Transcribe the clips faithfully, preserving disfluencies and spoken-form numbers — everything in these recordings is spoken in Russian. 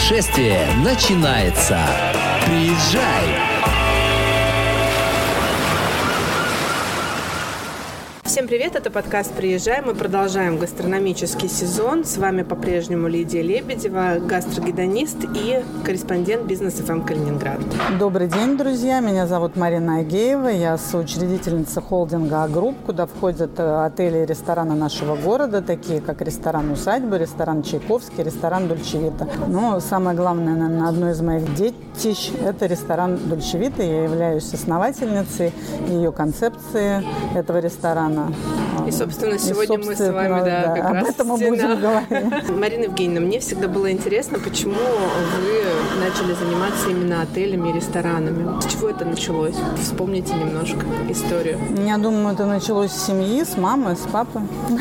Путешествие начинается. Приезжай! Всем привет, это подкаст «Приезжай». Мы продолжаем гастрономический сезон. С вами по-прежнему Лидия Лебедева, гастрогедонист и корреспондент Бизнес эф эм Калининград. Добрый день, друзья. Меня зовут Марина Агеева. Я соучредительница холдинга «А-Групп», куда входят отели и рестораны нашего города, такие как ресторан «Усадьба», ресторан «Чайковский», ресторан «Дольче Вита». Но самое главное, наверное, одно из моих детищ – это ресторан «Дольче Вита». Я являюсь основательницей ее концепции этого ресторана. И, собственно, сегодня и, собственно, мы с вами да, да, как об раз этом мы будем говорить. Марина Евгеньевна, мне всегда было интересно, почему вы начали заниматься именно отелями и ресторанами. С чего это началось? Вспомните немножко историю. Я думаю, это началось с семьи, с мамы, с папы.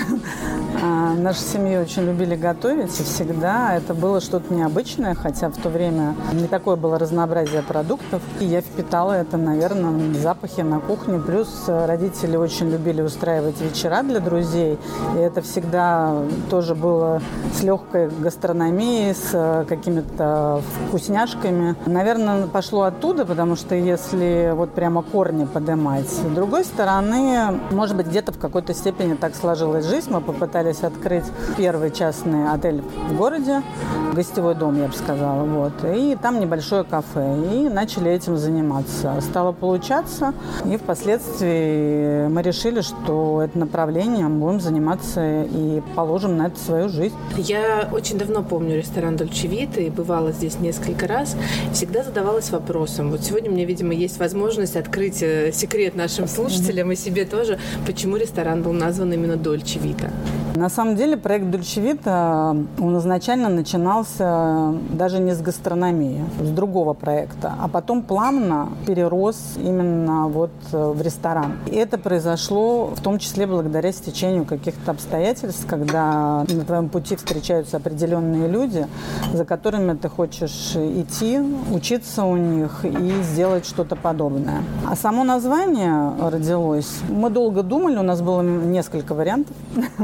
Наша семья очень любили готовить, и всегда это было что-то необычное, хотя в то время не такое было разнообразие продуктов. И я впитала это, наверное, в запахе на кухне. Плюс родители очень любили устраивать вечера для друзей, и это всегда тоже было с легкой гастрономией, с какими-то вкусняшками. Наверное, пошло оттуда, потому что если вот прямо корни поднимать. С другой стороны, может быть, где-то в какой-то степени так сложилась жизнь. Мы попытались открыть первый частный отель в городе, гостевой дом, я бы сказала, вот, и там небольшое кафе, и начали этим заниматься. Стало получаться, и впоследствии мы решили, что это направление мы будем заниматься и положим на это свою жизнь. Я очень давно помню ресторан «Дольче Вита» и бывала здесь несколько раз, всегда задавалась вопросом. Вот сегодня у меня, видимо, есть возможность открыть секрет нашим слушателям и себе тоже, почему ресторан был назван именно «Дольче Вита». На самом деле проект «Дольче Вита», он изначально начинался даже не с гастрономии, с другого проекта, а потом плавно перерос именно вот в ресторан. И это произошло в том числе благодаря стечению каких-то обстоятельств, когда на твоем пути встречаются определенные люди, за которыми ты хочешь идти, учиться у них и сделать что-то подобное. А само название родилось. Мы долго думали, у нас было несколько вариантов.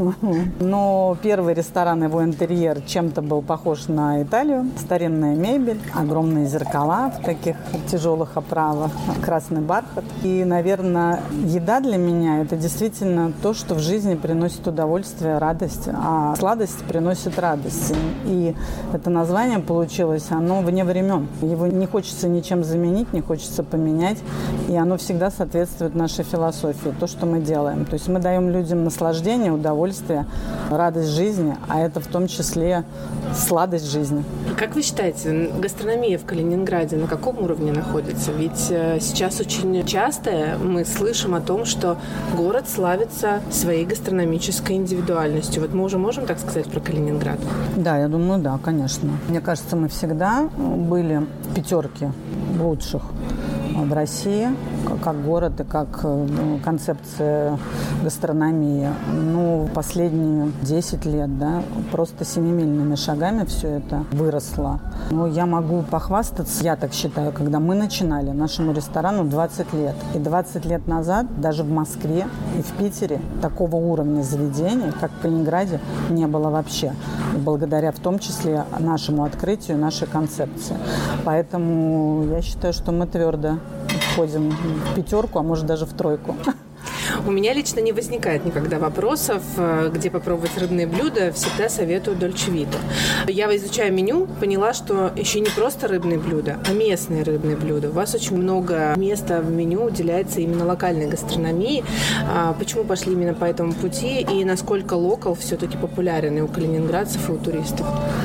Но первый ресторан, его интерьер чем-то был похож на Италию. Старинная мебель, огромные зеркала в таких тяжелых оправах, красный бархат. И, наверное, еда для меня – это действительно то, что в жизни приносит удовольствие, радость. А сладость приносит радость. И это название получилось, оно вне времен. Его не хочется ничем заменить, не хочется поменять. И оно всегда соответствует нашей философии, то, что мы делаем. То есть мы даем людям наслаждение, удовольствие, радость жизни, а это в том числе сладость жизни. Как вы считаете, гастрономия в Калининграде на каком уровне находится? Ведь сейчас очень часто мы слышим о том, что город славится своей гастрономической индивидуальностью. Вот мы уже можем так сказать про Калининград? Да, я думаю, да, конечно. Мне кажется, мы всегда были в пятерке лучших в России, как город и как ну, концепция гастрономии. Ну, последние десять лет, да, просто семимильными шагами все это выросло. Но я могу похвастаться, я так считаю, когда мы начинали, нашему ресторану двадцать лет. И двадцать лет назад даже в Москве и в Питере такого уровня заведений, как в Калининграде, не было вообще. И благодаря в том числе нашему открытию, нашей концепции. Поэтому я считаю, что мы твердо входим в пятерку, а может даже в тройку. У меня лично не возникает никогда вопросов, где попробовать рыбные блюда. Всегда советую «Дольче Виту». Я, изучая меню, поняла, что еще не просто рыбные блюда, а местные рыбные блюда. У вас очень много места в меню уделяется именно локальной гастрономии. Почему пошли именно по этому пути и насколько локал все-таки популярен и у калининградцев, и у туристов?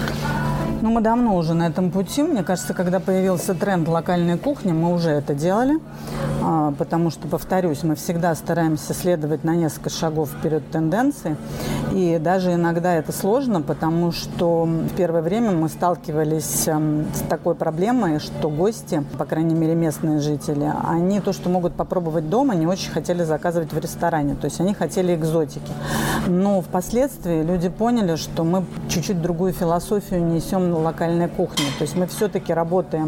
Ну, мы давно уже на этом пути. Мне кажется, когда появился тренд локальной кухни, мы уже это делали. Потому что, повторюсь, мы всегда стараемся следовать на несколько шагов вперед тенденции. И даже иногда это сложно, потому что в первое время мы сталкивались с такой проблемой, что гости, по крайней мере местные жители, они то, что могут попробовать дома, не очень хотели заказывать в ресторане. То есть они хотели экзотики. Но впоследствии люди поняли, что мы чуть-чуть другую философию несем локальной кухни. То есть мы все-таки работаем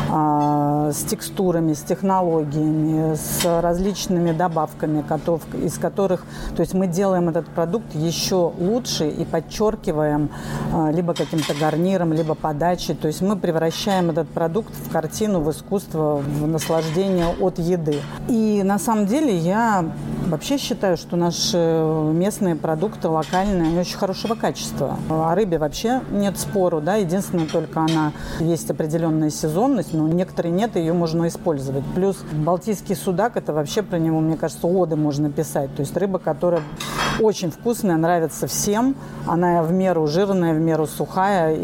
а, с текстурами, с технологиями, с различными добавками, котов, из которых, то есть мы делаем этот продукт еще еще лучше и подчеркиваем либо каким-то гарниром, либо подачей. То есть мы превращаем этот продукт в картину, в искусство, в наслаждение от еды. И на самом деле я вообще считаю, что наши местные продукты локальные, они очень хорошего качества. О рыбе вообще нет спору, да, единственное, только она есть определенная сезонность, но некоторые нет, и ее можно использовать. Плюс балтийский судак, это вообще про него, мне кажется, оды можно писать. То есть рыба, которая очень вкусная, нравится всем, она в меру жирная, в меру сухая,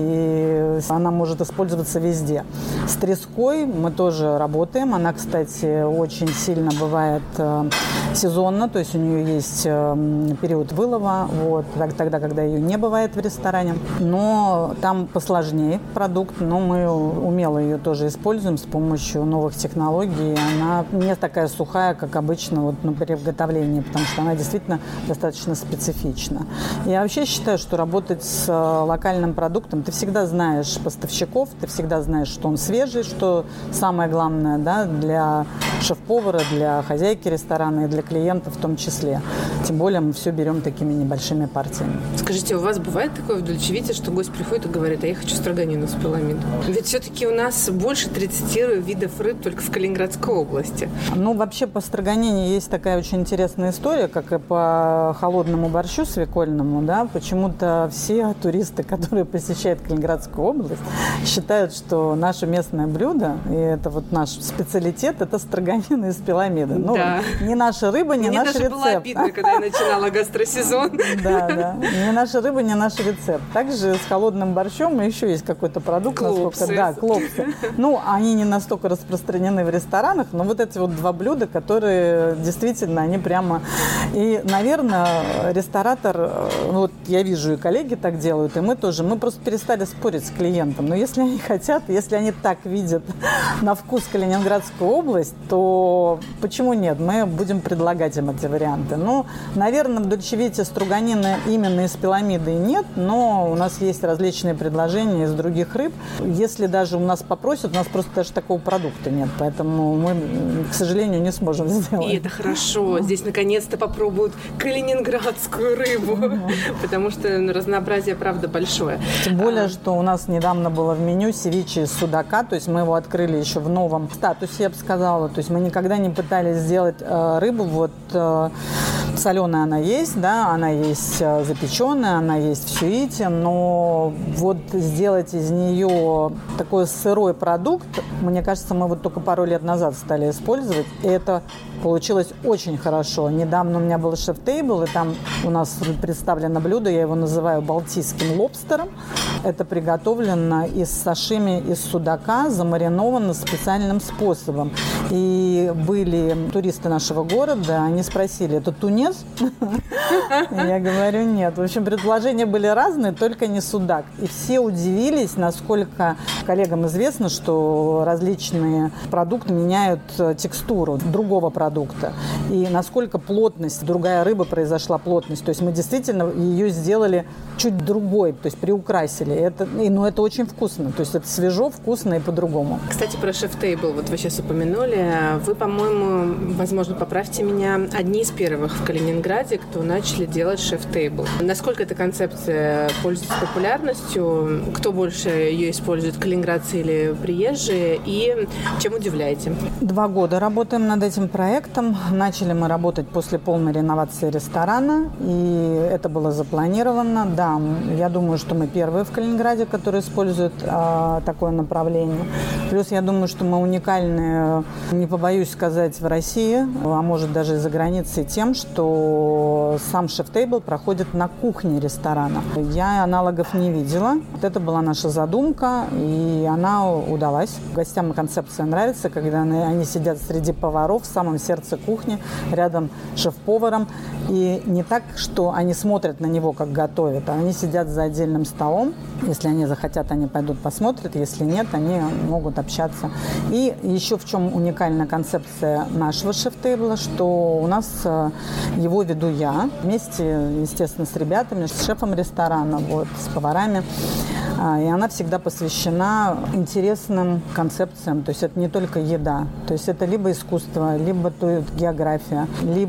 и она может использоваться везде. С треской мы тоже работаем, она, кстати, очень сильно бывает сезонно, то есть у нее есть период вылова, вот, тогда, когда ее не бывает в ресторане. Но там посложнее продукт, но мы умело ее тоже используем с помощью новых технологий. Она не такая сухая, как обычно вот, на приготовлении, потому что она действительно достаточно специфична. Я вообще считаю, что работать с локальным продуктом, ты всегда знаешь поставщиков, ты всегда знаешь, что он свежий, что самое главное, да, для шеф-повара, для хозяйки ресторана и для клиентов в том числе. Тем более мы все берем такими небольшими партиями. Скажите, у вас бывает такое в Дольче Вите, что гость приходит и говорит: а я хочу строганину с пиламидой? Ведь все-таки у нас больше тридцати видов рыб только в Калининградской области. Ну, вообще по строганине есть такая очень интересная история, как и по холодному борщу свекольному, да. Почему-то все туристы, которые посещают Калининградскую область, считают, что наше местное блюдо, и это вот наш специалитет, это строганина из пиламиды. Ну, да. Не наша рыба, не Мне наш даже рецепт. Было обидно, когда я начинала гастросезон. Да, да. Не наша рыба, не наш рецепт. Также с холодным борщом еще есть какой-то продукт. Клопсы. Насколько... Да, клопсы. Ну, они не настолько распространены в ресторанах, но вот эти вот два блюда, которые действительно, они прямо... И, наверное, ресторатор, вот я вижу, и коллеги так делают, и мы тоже, мы просто перестали спорить с клиентом. Но если они хотят, если они так видят на вкус Калининградскую область, то почему нет? Мы будем предлагать им эти варианты. Ну, наверное, в Дольче Вите строганина именно из пиламиды нет, но у нас есть различные предложения из других рыб. Если даже у нас попросят, у нас просто даже такого продукта нет, поэтому мы, к сожалению, не сможем сделать. И это хорошо. Здесь наконец-то попробуют калининградскую рыбу, mm-hmm. потому что ну, разнообразие, правда, большое. Тем более, а... что у нас недавно было в меню севиче из судака, то есть мы его открыли еще в новом статусе, я бы сказала. То есть мы никогда не пытались сделать э, рыбу вот э, соленая она есть, да, она есть запеченная, она есть в сюите, но вот сделать из нее такой сырой продукт, мне кажется, мы вот только пару лет назад стали использовать, и это получилось очень хорошо. Недавно у меня был шеф-тейбл, и там у нас представлено блюдо, я его называю балтийским лобстером. Это приготовлено из сашими из судака, замариновано специальным способом. И были туристы нашего города, они спросили: это тунец? Я говорю, нет. В общем, предложения были разные, только не судак. И все удивились, насколько коллегам известно, что различные продукты меняют текстуру другого продукта. И насколько плотность, другая рыба произошла плотность. То есть мы действительно ее сделали чуть другой, то есть приукрасили. Это, и, ну, это очень вкусно. То есть это свежо, вкусно и по-другому. Кстати, про шеф-тейбл. Вот вы сейчас упомянули. Вы, по-моему, возможно, поправьте меня, одни из первых в Калининграде, кто начали делать шеф-тейбл. Насколько эта концепция пользуется популярностью? Кто больше ее использует, калининградцы или приезжие? И чем удивляете? Два года работаем над этим проектом. Начали мы работать после полной реновации ресторана, и это было запланировано. Да, я думаю, что мы первые в Калининграде, которые используют а, такое направление. Плюс я думаю, что мы уникальны, не побоюсь сказать, в России, а может даже и за границей, тем, что сам шеф-тейбл проходит на кухне ресторана. Я аналогов не видела. Вот это была наша задумка, и она удалась. Гостям концепция нравится, когда они сидят среди поваров в самом сердце кухни, рядом с шеф-поваром. И не так, что они смотрят на него, как готовят, а они сидят за отдельным столом. Если они захотят, они пойдут посмотрят. Если нет, они могут общаться. И еще в чем уникальная концепция нашего шеф-тейбла, что у нас его веду я вместе, естественно, с ребятами, с шефом ресторана, вот, с поварами. И она всегда посвящена интересным концепциям. То есть это не только еда. То есть это либо искусство, либо география,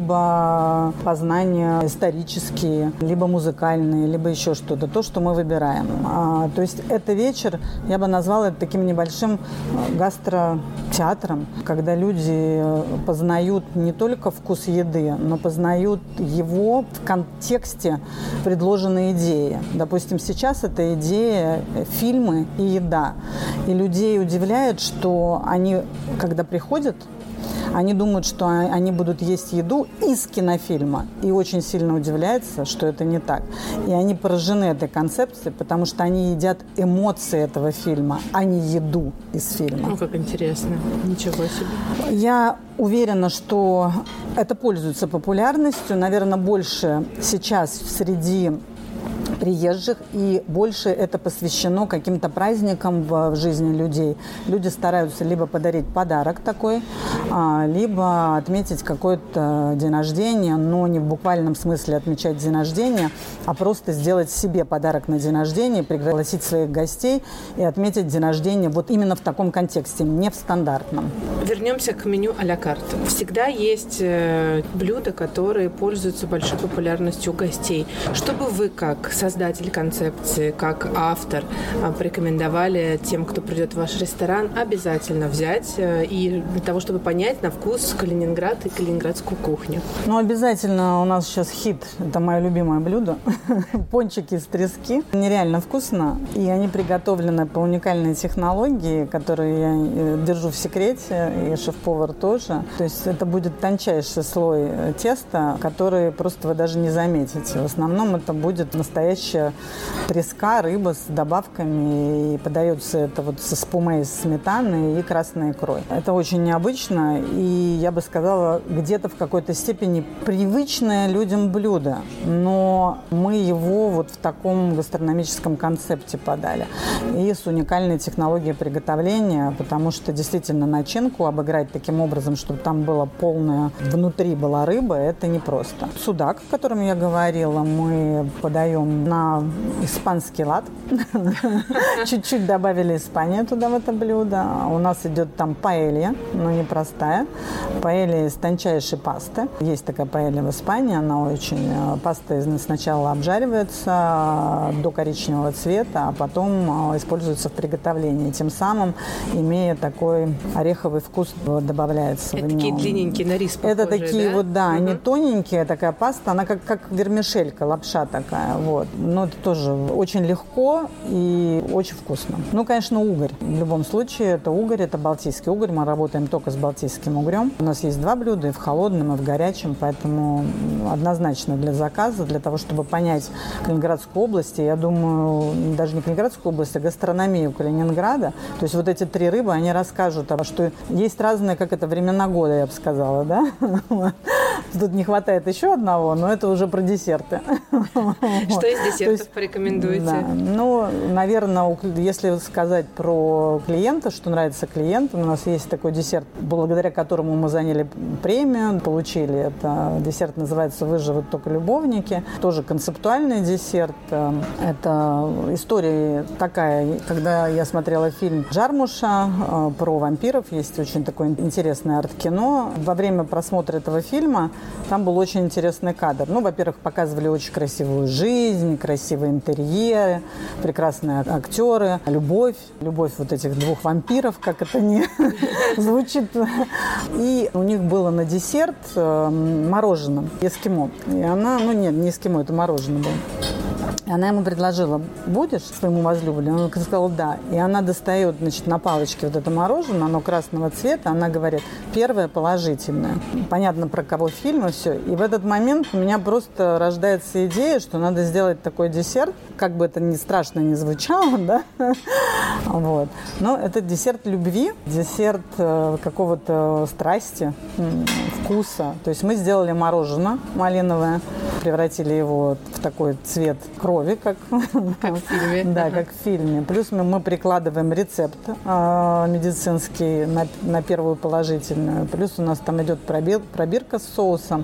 либо познания исторические, либо музыкальные, либо еще что-то. То, что мы выбираем. То есть это вечер, я бы назвала это таким небольшим гастротеатром, когда люди познают не только вкус еды, но познают его в контексте предложенной идеи. Допустим, сейчас эта идея фильмы и еда. И людей удивляет, что они, когда приходят, они думают, что они будут есть еду из кинофильма. И очень сильно удивляются, что это не так. И они поражены этой концепцией, потому что они едят эмоции этого фильма, а не еду из фильма. Ну, как интересно. Ничего себе. Я уверена, что это пользуется популярностью. Наверное, больше сейчас среди приезжих, и больше это посвящено каким-то праздникам в жизни людей. Люди стараются либо подарить подарок такой, либо отметить какой-то день рождения, но не в буквальном смысле отмечать день рождения, а просто сделать себе подарок на день рождения, пригласить своих гостей и отметить день рождения вот именно в таком контексте, не в стандартном. Вернемся к меню а-ля карт. Всегда есть блюда, которые пользуются большой популярностью у гостей. Что бы вы, как создатель концепции, как автор, порекомендовали тем, кто придет в ваш ресторан, обязательно взять, и для того, чтобы понять на вкус Калининград и калининградскую кухню? Ну, обязательно у нас сейчас хит. Это мое любимое блюдо. Пончики из трески. Нереально вкусно. И они приготовлены по уникальной технологии, которую я держу в секрете, и шеф-повар тоже. То есть это будет тончайший слой теста, который просто вы даже не заметите. В основном это будет настоящая треска, рыба с добавками. И подается это вот со спумой из сметаны и красной икрой. Это очень необычно. И я бы сказала, где-то в какой-то степени привычное людям блюдо. Но мы его вот в таком гастрономическом концепте подали. И с уникальной технологией приготовления, потому что действительно начинку обыграть таким образом, чтобы там было полное, внутри была рыба, это непросто. Судак, о котором я говорила, мы подаем на испанский лад. Чуть-чуть добавили Испанию туда, в это блюдо. У нас идет там паэлья, но не простая. Паэлья из тончайшей пасты. Есть такая паэлья в Испании, она очень... Паста сначала обжаривается до коричневого цвета, а потом используется в приготовлении. Тем самым, имея такой ореховый вкус, добавляется это в него. Такие длинненькие на рис похожие, это такие да? вот, да, угу. они тоненькие, такая паста, она как, как вермишелька, лапша такая, вот. Но это тоже очень легко и очень вкусно. Ну, конечно, угорь. В любом случае, это угорь, это балтийский угорь. Мы работаем только с балтийским угрем. У нас есть два блюда, и в холодном, и в горячем, поэтому однозначно для заказа, для того, чтобы понять Калининградскую область, я думаю, даже не Калининградскую область, а гастрономию Калининграда. То есть вот эти три рыбы, они расскажут, что есть разные, как это, времена года, я бы сказала, да? Тут не хватает еще одного, но это уже про десерты. Что из десертов есть, порекомендуете? Да, ну, наверное, если сказать про клиента, что нравится клиенту, у нас есть такой десерт, благодаря которому мы заняли премию, получили. Это десерт называется «Выживут только любовники». Тоже концептуальный десерт. Это история такая, когда я смотрела фильм Джармуша про вампиров, есть очень такое интересное арт-кино. Во время просмотра этого фильма там был очень интересный кадр. Ну, во-первых, показывали очень красивую жизнь, красивые интерьеры, прекрасные актеры, любовь, любовь вот этих двух вампиров, как это ни звучит. И у них было на десерт мороженое эскимо. И она, ну нет, не эскимо, это мороженое было. Она ему предложила: будешь своему возлюбленному? Он сказал: да. И она достает, значит, на палочке вот это мороженое, оно красного цвета. Она говорит: первое положительное. Понятно, про кого фильм и все. И в этот момент у меня просто рождается идея, что надо сделать такой десерт, как бы это ни страшно ни звучало, да? Вот. Но это десерт любви, десерт какого-то страсти, вкуса. То есть мы сделали мороженое малиновое, превратили его в такой цвет крови, любови, как, как в фильме. Да, ага. как в фильме. Плюс мы, мы прикладываем рецепт э, медицинский на, на первую положительную. Плюс у нас там идет пробир, пробирка с соусом,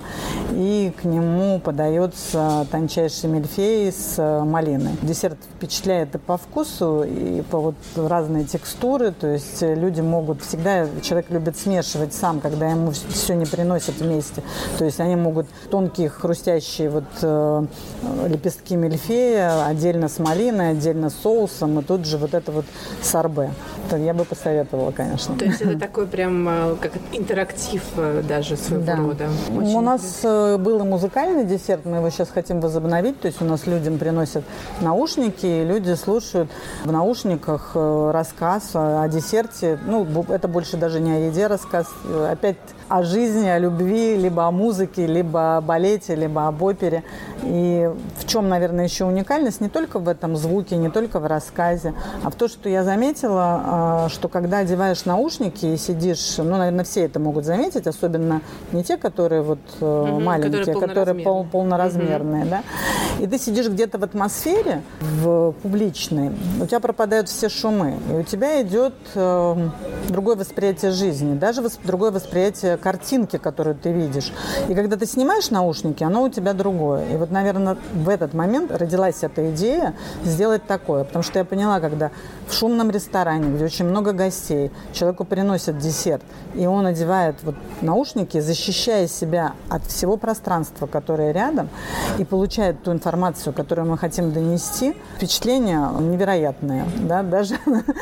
и к нему подается тончайший мильфей с малиной. Десерт впечатляет и по вкусу, и по вот разные текстуры. То есть люди могут всегда, человек любит смешивать сам, когда ему все не приносят вместе. То есть они могут тонкие хрустящие вот э, лепестки мильфея отдельно с малиной, отдельно с соусом, и тут же вот это вот сорбе. Это я бы посоветовала, конечно. То есть это такой прям как интерактив даже своего да. рода. Очень у нас интересно. Был и музыкальный десерт, мы его сейчас хотим возобновить. То есть у нас людям приносят наушники, и люди слушают в наушниках рассказ о десерте. Ну, это больше даже не о еде рассказ, опять о жизни, о любви, либо о музыке, либо о балете, либо об опере. И в чем, наверное, еще уникальность не только в этом звуке, не только в рассказе, а в том, что я заметила, что когда одеваешь наушники и сидишь, ну, наверное, все это могут заметить, особенно не те, которые вот угу, маленькие, которые, которые пол, полноразмерные, угу. да, и ты сидишь где-то в атмосфере, в публичной, у тебя пропадают все шумы, и у тебя идет э, другое восприятие жизни, даже вос, другое восприятие картинки, которую ты видишь. И когда ты снимаешь наушники, оно у тебя другое. И вот, наверное, в этот момент родилась эта идея сделать такое. Потому что я поняла, когда в шумном ресторане, где очень много гостей, человеку приносят десерт, и он одевает вот наушники, защищая себя от всего пространства, которое рядом, и получает ту информацию, которую мы хотим донести, впечатление невероятное. Да? Даже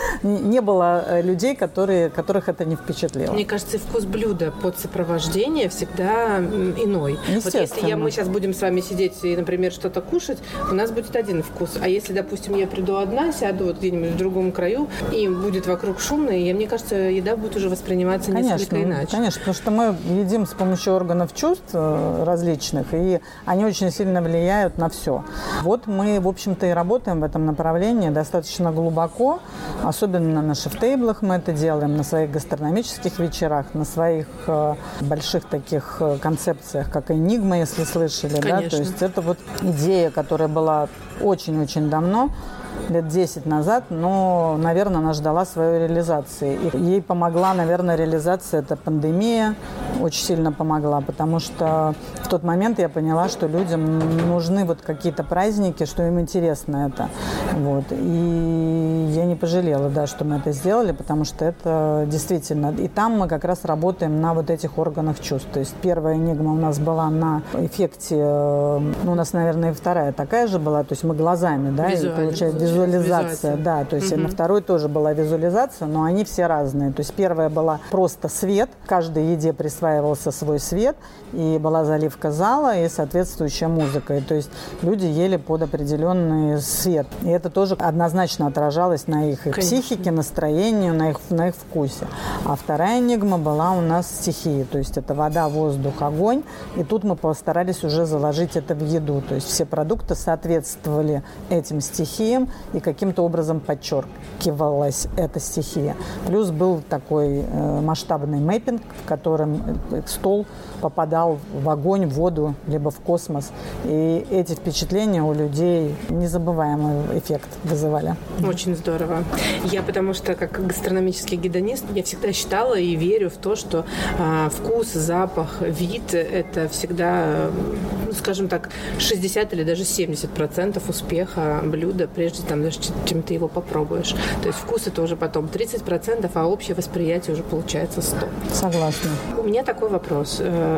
не было людей, которые, которых это не впечатлило. Мне кажется, вкус блюда под сопровождение всегда иной. Вот если я, мы сейчас будем с вами сидеть и, например, что-то кушать, у нас будет один вкус. А если, допустим, я приду одна, сяду вот где-нибудь в другом краю, и будет вокруг шумно, и мне кажется, еда будет уже восприниматься конечно, несколько иначе. Конечно, потому что мы едим с помощью органов чувств различных, и они очень сильно влияют на все. Вот мы, в общем-то, и работаем в этом направлении достаточно глубоко, особенно на шеф-тейблах мы это делаем, на своих гастрономических вечерах, на своих э, больших таких концепциях, как «Энигма», если слышали. Да? То есть это вот идея, которая была очень-очень давно, лет десять назад, но, наверное, она ждала своей реализации. И ей помогла, наверное, реализация, это пандемия, очень сильно помогла, потому что в тот момент я поняла, что людям нужны вот какие-то праздники, что им интересно это. Вот. И я не пожалела, да, что мы это сделали, потому что это действительно... И там мы как раз работаем на вот этих органах чувств. То есть первая «Энигма» у нас была на эффекте, ну, у нас, наверное, и вторая такая же была, то есть мы глазами, да, и получается визуализация, Визуация. да, то есть угу. на второй тоже была визуализация, но они все разные. То есть первая была просто свет, каждой еде присваивался свой свет, и была заливка зала и соответствующая музыка. И, то есть люди ели под определенный свет. И это тоже однозначно отражалось на их, их психике, настроении, на их, на их вкусе. А вторая «Энигма» была у нас стихии, то есть это вода, воздух, огонь. И тут мы постарались уже заложить это в еду. То есть все продукты соответствовали этим стихиям, и каким-то образом подчеркивалась эта стихия. Плюс был такой э, масштабный мэппинг, в котором стол попадал в огонь, в воду, либо в космос. И эти впечатления у людей незабываемый эффект вызывали. Очень здорово. Я потому что, как гастрономический гедонист, я всегда считала и верю в то, что э, вкус, запах, вид – это всегда, ну, скажем так, шестьдесят или даже семьдесят процентов успеха блюда, прежде там, даже чем ты его попробуешь. То есть вкус это уже потом тридцать процентов, а общее восприятие уже получается сто процентов. Согласна. У меня такой вопрос.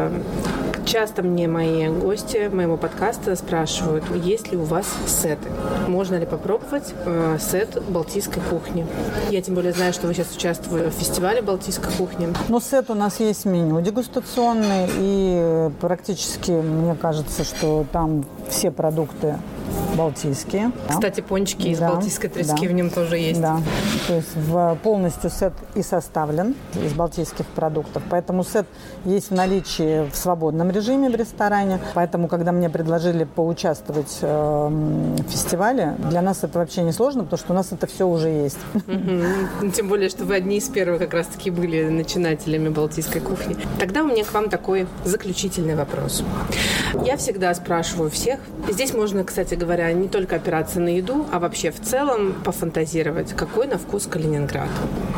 Часто мне мои гости моего подкаста спрашивают, есть ли у вас сеты? Можно ли попробовать э, сет балтийской кухни? Я тем более знаю, что вы сейчас участвуете в фестивале балтийской кухни. Ну, сет у нас есть меню дегустационный, и практически, мне кажется, что там все продукты балтийские. Кстати, пончики да. из балтийской трески да. в нем тоже есть. Да, то есть в, полностью сет и составлен из балтийских продуктов. Поэтому сет есть в наличии в свободном режиме в ресторане. Поэтому, когда мне предложили поучаствовать э, в фестивале, для нас это вообще не сложно, потому что у нас это все уже есть. Mm-hmm. Тем более, что вы одни из первых как раз-таки были начинателями балтийской кухни. Тогда у меня к вам такой заключительный вопрос. Я всегда спрашиваю всех. Здесь можно, кстати говоря, говоря, не только опираться на еду, а вообще в целом пофантазировать, какой на вкус Калининград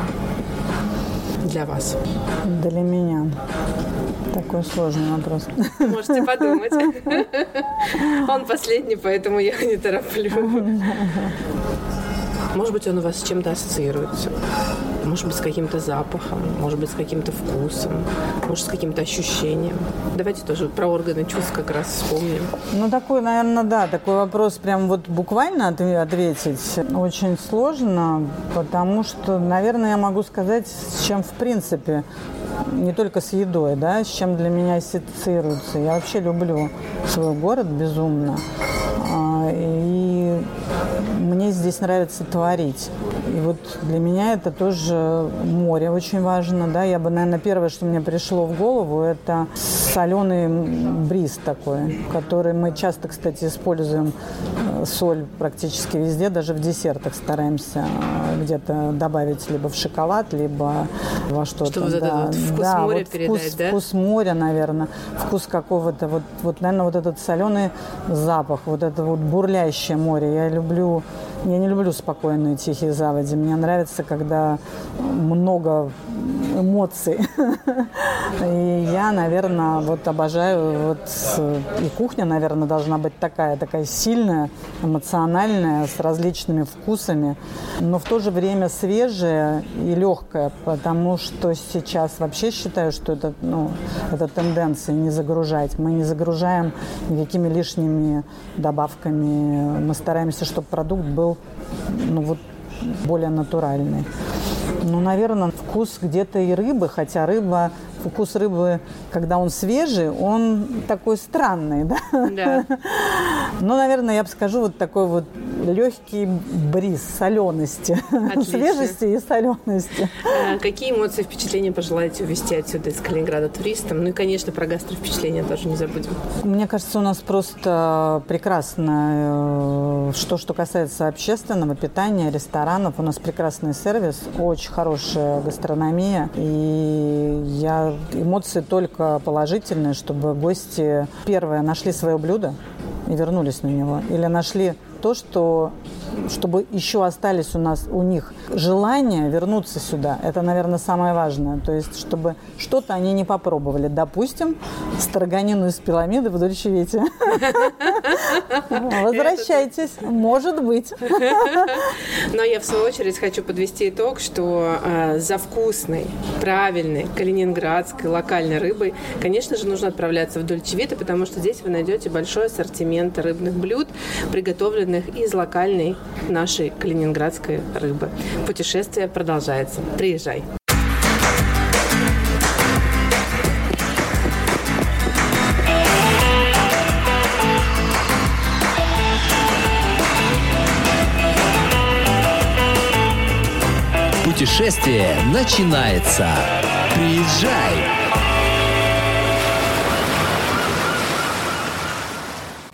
для вас? Для меня такой сложный вопрос. Можете подумать. Он последний, поэтому я не тороплю. Может быть, он у вас с чем-то ассоциируется. Может быть, с каким-то запахом, может быть, с каким-то вкусом, может, с каким-то ощущением. Давайте тоже про органы чувств как раз вспомним. Ну, такой, наверное, да, такой вопрос прям вот буквально ответить очень сложно, потому что, наверное, я могу сказать, с чем, в принципе, не только с едой, да, с чем для меня ассоциируется. Я вообще люблю свой город безумно. И мне здесь нравится творить. И вот для меня это тоже море очень важно, да. Я бы, наверное, первое, что мне пришло в голову, это соленый бриз такой, который мы часто, кстати, используем. Соль практически везде, даже в десертах стараемся где-то добавить либо в шоколад, либо во что-то. Чтобы вот да. этот вот вкус да, моря вот передать, вкус, да? Вкус моря, наверное, вкус какого-то, вот, вот, наверное, вот этот соленый запах, вот это вот бурлящее море. Я люблю, я не люблю спокойные тихие заводи. Мне нравится, когда много эмоций. И я, наверное, вот обожаю, вот и кухня, наверное, должна быть такая, такая сильная, эмоциональная, с различными вкусами, но в то же время свежая и легкая, потому что сейчас вообще считаю, что это, ну, это тенденция не загружать. Мы не загружаем никакими лишними добавками. Мы стараемся, чтобы продукт был, ну, вот, более натуральный. Ну, наверное, вкус где-то и рыбы, хотя рыба, вкус рыбы, когда он свежий, он такой странный, да? Да. Ну, наверное, я бы скажу, вот такой вот легкий бриз солености. Отлично. Свежести и солености. А какие эмоции, впечатления пожелаете увезти отсюда из Калининграда туристам? Ну и, конечно, про гастровпечатления тоже не забудем. Мне кажется, у нас просто прекрасно, что, что касается общественного питания, ресторанов, у нас прекрасный сервис, очень хорошая гастрономия, и я, эмоции только положительные, чтобы гости, первое, нашли свое блюдо и вернулись на него, или нашли то, что, чтобы еще остались у нас, у них желание вернуться сюда. Это, наверное, самое важное. То есть, чтобы что-то они не попробовали. Допустим, строганину из пирамиды в Дольче-Вите. Возвращайтесь. Может быть. Но я, в свою очередь, хочу подвести итог, что э, за вкусной, правильной, калининградской, локальной рыбой, конечно же, нужно отправляться в Дольче-Вита, потому что здесь вы найдете большой ассортимент рыбных блюд, приготовленных из локальной нашей калининградской рыбы. Путешествие продолжается. Приезжай. Путешествие начинается. Приезжай!